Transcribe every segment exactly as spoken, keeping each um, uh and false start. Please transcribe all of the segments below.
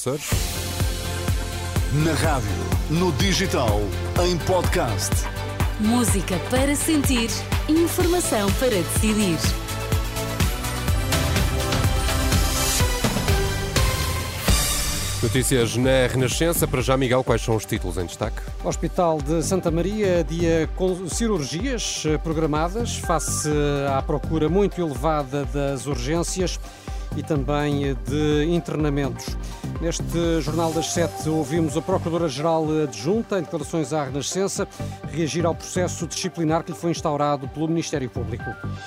Açores. Na rádio, no digital, em podcast. Música para sentir, informação para decidir. Notícias na Renascença. Para já, Miguel, quais são os títulos em destaque? Hospital de Santa Maria adia cirurgias programadas face à procura muito elevada das urgências e também de internamentos. Neste Jornal das Sete ouvimos a Procuradora-Geral Adjunta, em declarações à Renascença, reagir ao processo disciplinar que lhe foi instaurado pelo Ministério Público.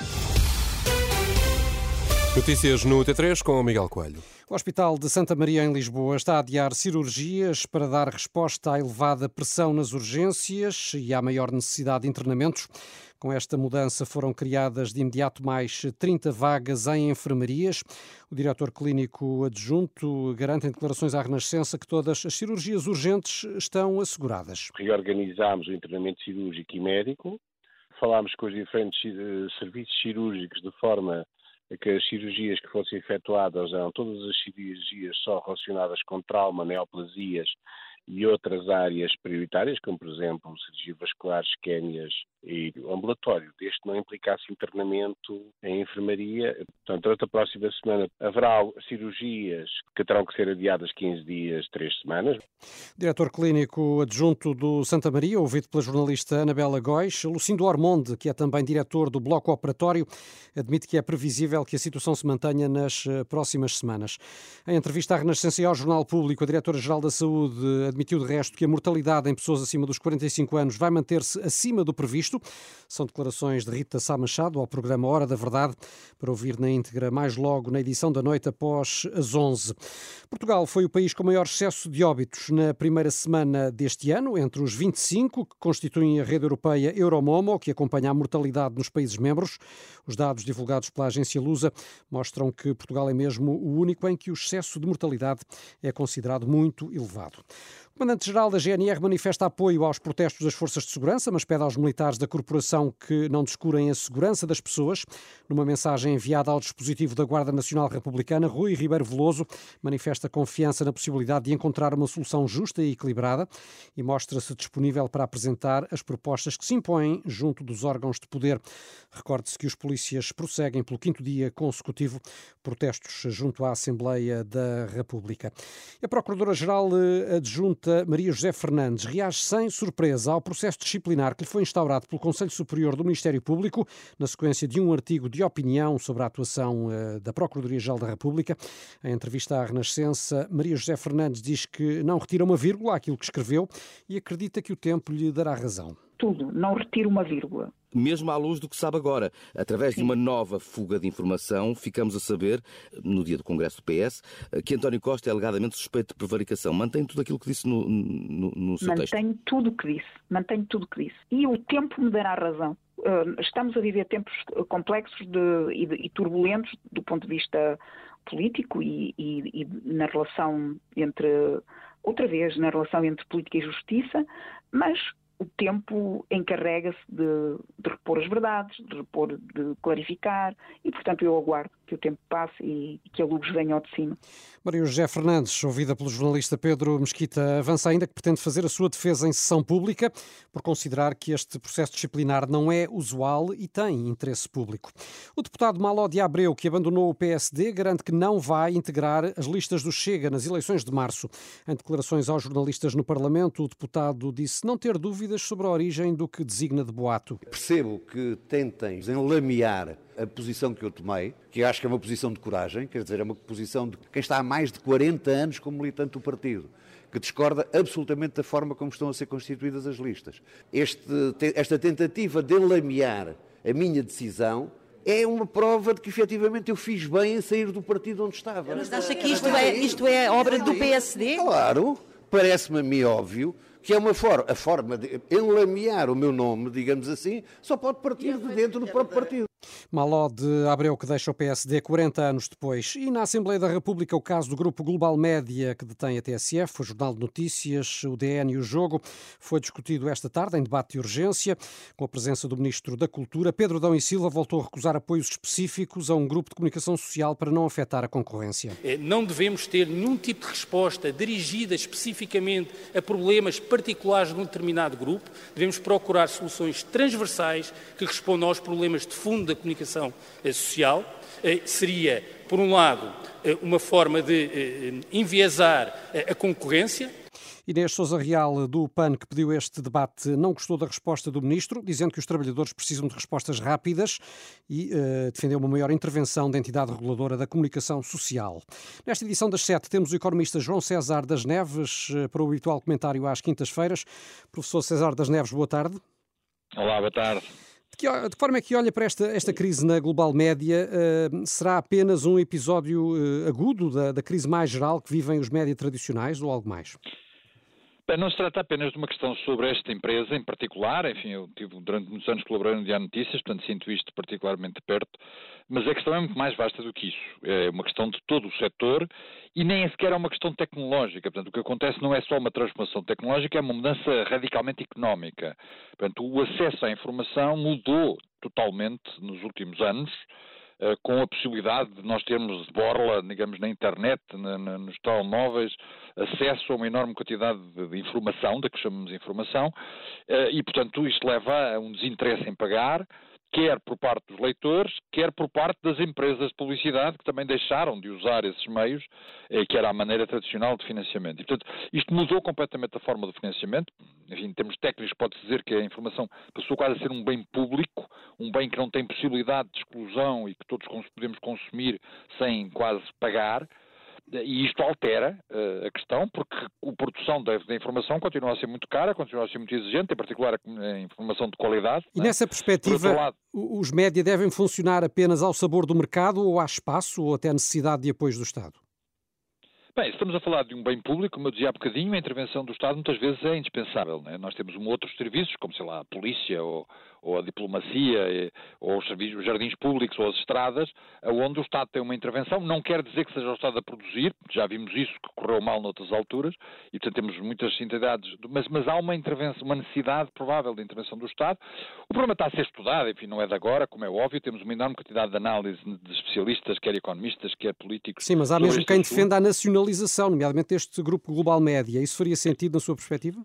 Notícias no T três com o Miguel Coelho. O Hospital de Santa Maria, em Lisboa, está a adiar cirurgias para dar resposta à elevada pressão nas urgências e à maior necessidade de internamentos. Com esta mudança foram criadas de imediato mais trinta vagas em enfermarias. O diretor clínico adjunto garante em declarações à Renascença que todas as cirurgias urgentes estão asseguradas. Reorganizámos o internamento cirúrgico e médico, falámos com os diferentes serviços cirúrgicos de forma que as cirurgias que fossem efetuadas eram todas as cirurgias só relacionadas com trauma, neoplasias e outras áreas prioritárias, como por exemplo cirurgia vascular, isquémias e ambulatório, desde que não implicasse internamento em enfermaria. Portanto, durante a próxima semana haverá cirurgias que terão que ser adiadas quinze dias, três semanas. Diretor clínico adjunto do Santa Maria, ouvido pela jornalista Anabela Góis. Lucindo Ormonde, que é também diretor do Bloco Operatório, admite que é previsível que a situação se mantenha nas próximas semanas. Em entrevista à Renascença e ao Jornal Público, a Diretora-Geral da Saúde admitiu de resto que a mortalidade em pessoas acima dos quarenta e cinco anos vai manter-se acima do previsto. São declarações de Rita Sá Machado ao programa Hora da Verdade, para ouvir na íntegra mais logo na edição da noite após as onze. Portugal foi o país com maior excesso de óbitos na primeira semana deste ano, entre os vinte e cinco que constituem a rede europeia Euromomo, que acompanha a mortalidade nos países membros. Os dados divulgados pela agência Lusa mostram que Portugal é mesmo o único em que o excesso de mortalidade é considerado muito elevado. O Comandante-Geral da G N R manifesta apoio aos protestos das forças de segurança, mas pede aos militares da corporação que não descurem a segurança das pessoas. Numa mensagem enviada ao dispositivo da Guarda Nacional Republicana, Rui Ribeiro Veloso manifesta confiança na possibilidade de encontrar uma solução justa e equilibrada e mostra-se disponível para apresentar as propostas que se impõem junto dos órgãos de poder. Recorde-se que os polícias prosseguem pelo quinto dia consecutivo protestos junto à Assembleia da República. A Procuradora-Geral Adjunta Maria José Fernandes reage sem surpresa ao processo disciplinar que lhe foi instaurado pelo Conselho Superior do Ministério Público, na sequência de um artigo de opinião sobre a atuação da Procuradoria-Geral da República. Em entrevista à Renascença, Maria José Fernandes diz que não retira uma vírgula àquilo que escreveu e acredita que o tempo lhe dará razão. Tudo, não retiro uma vírgula. Mesmo à luz do que sabe agora, através Sim. de uma nova fuga de informação, ficamos a saber, no dia do Congresso do P S, que António Costa é alegadamente suspeito de prevaricação. Mantém tudo aquilo que disse no, no, no seu Mantenho texto? Mantenho tudo o que disse. Mantenho tudo o que disse. E o tempo me dará razão. Estamos a viver tempos complexos de, e, de, e turbulentos do ponto de vista político e, e, e na relação entre, outra vez, na relação entre política e justiça, mas o tempo encarrega-se de, de repor as verdades, de repor, de clarificar e, portanto, eu aguardo que o tempo passe e, e que a luz venha ao de cima. Maria José Fernandes, ouvida pelo jornalista Pedro Mesquita, avança ainda que pretende fazer a sua defesa em sessão pública por considerar que este processo disciplinar não é usual e tem interesse público. O deputado Maló de Abreu, que abandonou o P S D, garante que não vai integrar as listas do Chega nas eleições de março. Em declarações aos jornalistas no Parlamento, o deputado disse não ter dúvidas sobre a origem do que designa de boato. Percebo que tentem enlamear a posição que eu tomei, que eu acho que é uma posição de coragem, quer dizer, é uma posição de quem está há mais de quarenta anos como militante do partido, que discorda absolutamente da forma como estão a ser constituídas as listas. Este, esta tentativa de enlamear a minha decisão é uma prova de que, efetivamente, eu fiz bem em sair do partido onde estava. Mas acha que isto é, isto é obra do P S D? Claro, parece-me a mim óbvio que é uma forma, a forma de enlamear o meu nome, digamos assim, só pode partir de dentro do próprio partido. Maló de Abreu, que deixa o P S D quarenta anos depois. E na Assembleia da República, o caso do Grupo Global Média, que detém a T S F, o Jornal de Notícias, o D N e o Jogo, foi discutido esta tarde em debate de urgência, com a presença do Ministro da Cultura. Pedro Adão e Silva voltou a recusar apoios específicos a um grupo de comunicação social para não afetar a concorrência. Não devemos ter nenhum tipo de resposta dirigida especificamente a problemas particulares de um determinado grupo. Devemos procurar soluções transversais que respondam aos problemas de fundo da comunicação social. Seria, por um lado, uma forma de enviesar a concorrência. Inês Sousa Real, do P A N, que pediu este debate, não gostou da resposta do Ministro, dizendo que os trabalhadores precisam de respostas rápidas e uh, defendeu uma maior intervenção da entidade reguladora da comunicação social. Nesta edição das sete temos o economista João César das Neves uh, para o habitual comentário às quintas-feiras. Professor César das Neves, boa tarde. Olá, boa tarde. De que, de que forma é que olha para esta, esta crise na Global Média? Uh, será apenas um episódio uh, agudo da, da crise mais geral que vivem os média tradicionais ou algo mais? Bem, não se trata apenas de uma questão sobre esta empresa em particular. Enfim, eu tive durante muitos anos colaborando no Diário de Notícias, portanto sinto isto particularmente de perto, mas a questão é muito mais vasta do que isso. É uma questão de todo o setor e nem sequer é uma questão tecnológica. Portanto, o que acontece não é só uma transformação tecnológica, é uma mudança radicalmente económica. Portanto, o acesso à informação mudou totalmente nos últimos anos, com a possibilidade de nós termos de borla, digamos, na internet, na, na, nos telemóveis, acesso a uma enorme quantidade de, de informação, da que chamamos de informação, e, portanto, isto leva a um desinteresse em pagar, quer por parte dos leitores, quer por parte das empresas de publicidade, que também deixaram de usar esses meios, que era a maneira tradicional de financiamento. E, portanto, isto mudou completamente a forma do financiamento. Enfim, em termos técnicos, pode-se dizer que a informação passou quase a ser um bem público, um bem que não tem possibilidade de exclusão e que todos podemos consumir sem quase pagar. E isto altera uh, a questão, porque a produção da, da informação continua a ser muito cara, continua a ser muito exigente, em particular a, a informação de qualidade. E nessa perspectiva, lado, os média devem funcionar apenas ao sabor do mercado ou há espaço ou até necessidade de apoios do Estado? Bem, estamos a falar de um bem público, como eu dizia há bocadinho, a intervenção do Estado muitas vezes é indispensável, não é? Nós temos um outros serviços, como, sei lá, a polícia ou, ou a diplomacia, ou os, serviços, os jardins públicos ou as estradas, onde o Estado tem uma intervenção. Não quer dizer que seja o Estado a produzir, já vimos isso que correu mal noutras alturas, e portanto temos muitas entidades, mas, mas há uma intervenção, uma necessidade provável de intervenção do Estado. O problema está a ser estudado, enfim, não é de agora, como é óbvio, temos uma enorme quantidade de análise de especialistas, quer economistas, quer políticos. Sim, mas há mesmo quem defenda a nacionalização, nomeadamente deste Grupo Global Média. Isso faria sentido na sua perspectiva?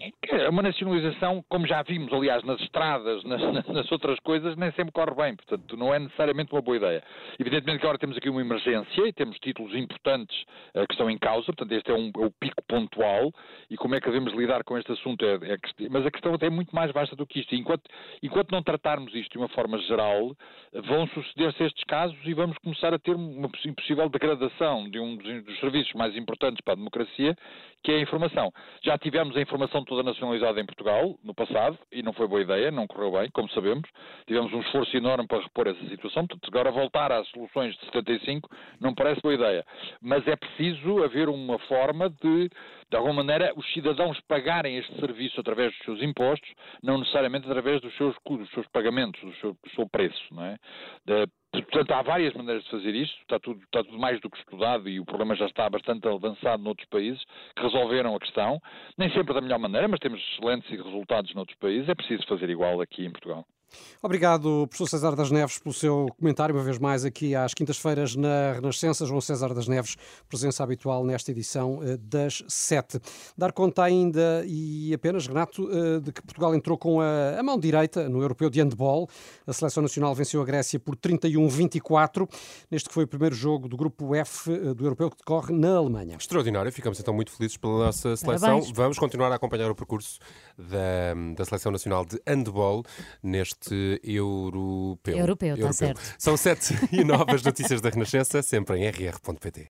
É uma nacionalização, como já vimos, aliás, nas estradas, nas, nas outras coisas, nem sempre corre bem. Portanto, não é necessariamente uma boa ideia. Evidentemente que agora temos aqui uma emergência e temos títulos importantes uh, que estão em causa. Portanto, este é, um, é o pico pontual. E como é que devemos lidar com este assunto? É, é, mas a questão é muito mais vasta do que isto. Enquanto, enquanto não tratarmos isto de uma forma geral, vão suceder-se estes casos e vamos começar a ter uma impossível degradação de um dos, dos serviços mais importantes para a democracia, que é a informação. Já tivemos a informação toda nacionalizada em Portugal, no passado, e não foi boa ideia, não correu bem, como sabemos. Tivemos um esforço enorme para repor essa situação, portanto, agora voltar às soluções de setenta e cinco não parece boa ideia. Mas é preciso haver uma forma de, de alguma maneira, os cidadãos pagarem este serviço através dos seus impostos, não necessariamente através dos seus custos, dos seus pagamentos, do seu, do seu preço, não é? De, Portanto, há várias maneiras de fazer isto, está tudo, está tudo mais do que estudado e o problema já está bastante avançado noutros países que resolveram a questão, nem sempre da melhor maneira, mas temos excelentes resultados noutros países, é preciso fazer igual aqui em Portugal. Obrigado, professor César das Neves, pelo seu comentário, uma vez mais aqui às quintas-feiras na Renascença. João César das Neves, presença habitual nesta edição das sete. Dar conta ainda, e apenas, Renato, de que Portugal entrou com a, a mão direita no Europeu de Handball. A Seleção Nacional venceu a Grécia por trinta e um a vinte e quatro, neste que foi o primeiro jogo do Grupo F do Europeu que decorre na Alemanha. Extraordinário, ficamos então muito felizes pela nossa seleção. Parabéns. Vamos continuar a acompanhar o percurso da, da Seleção Nacional de Handball neste europeu. Europeu, está certo. São sete e nove as notícias da Renascença, sempre em r r ponto p t.